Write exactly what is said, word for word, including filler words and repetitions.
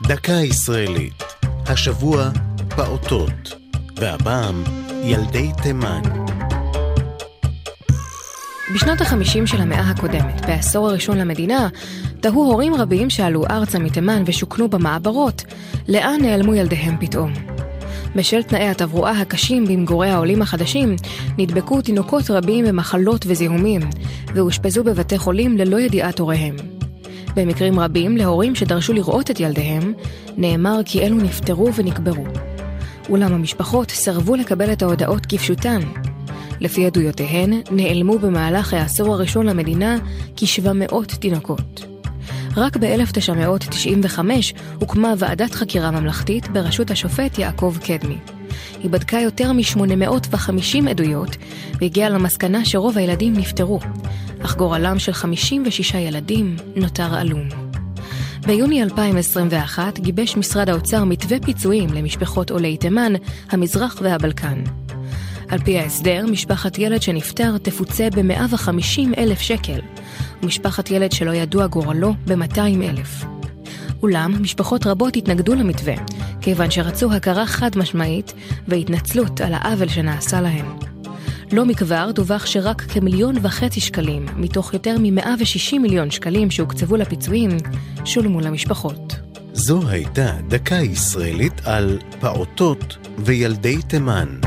דקה ישראלית. השבוע פעוטות, והפעם ילדי תימן. בשנות החמישים של המאה הקודמת, בעשור הראשון למדינה, תהו הורים רבים שעלו ארצה מתימן ושוכנו במעברות, לאן נעלמו ילדיהם פתאום. בשל תנאי התברואה הקשים במגורי העולים החדשים, נדבקו תינוקות רבים במחלות וזיהומים, והושפזו בבתי חולים ללא ידיעת הוריהם. במקרים רבים, להורים שדרשו לראות את ילדיהם, נאמר כי אלו נפטרו ונקברו. אולם המשפחות סרבו לקבל את ההודעות כפשוטן. לפי עדויותיהן, נעלמו במהלך העשור הראשון למדינה כשבע מאות תינוקות. רק ב-אלף תשע מאות תשעים וחמש הוקמה ועדת חקירה ממלכתית בראשות השופט יעקב קדמי. היא בדקה יותר מ-שמונה מאות וחמישים עדויות והגיעה למסקנה שרוב הילדים נפטרו, אך גורלם של חמישים ושישה ילדים נותר עלום. ביוני אלפיים עשרים ואחת גיבש משרד האוצר מתווה פיצויים למשפחות עולי תימן, המזרח והבלקן. על פי ההסדר, משפחת ילד שנפטר תפוצה ב-מאה וחמישים אלף שקל, ומשפחת ילד שלא ידוע גורלו ב-מאתיים אלף. אולם, משפחות רבות התנגדו למתווה, כיוון שרצו הכרה חד משמעית והתנצלות על העוול שנעשה להן. לא מכבר דווח שרק כמיליון וחצי שקלים, מתוך יותר מ-מאה ושישים מיליון שקלים שהוקצבו לפיצויים, שולמו למשפחות. זו הייתה דקה ישראלית על פעוטות וילדי תימן.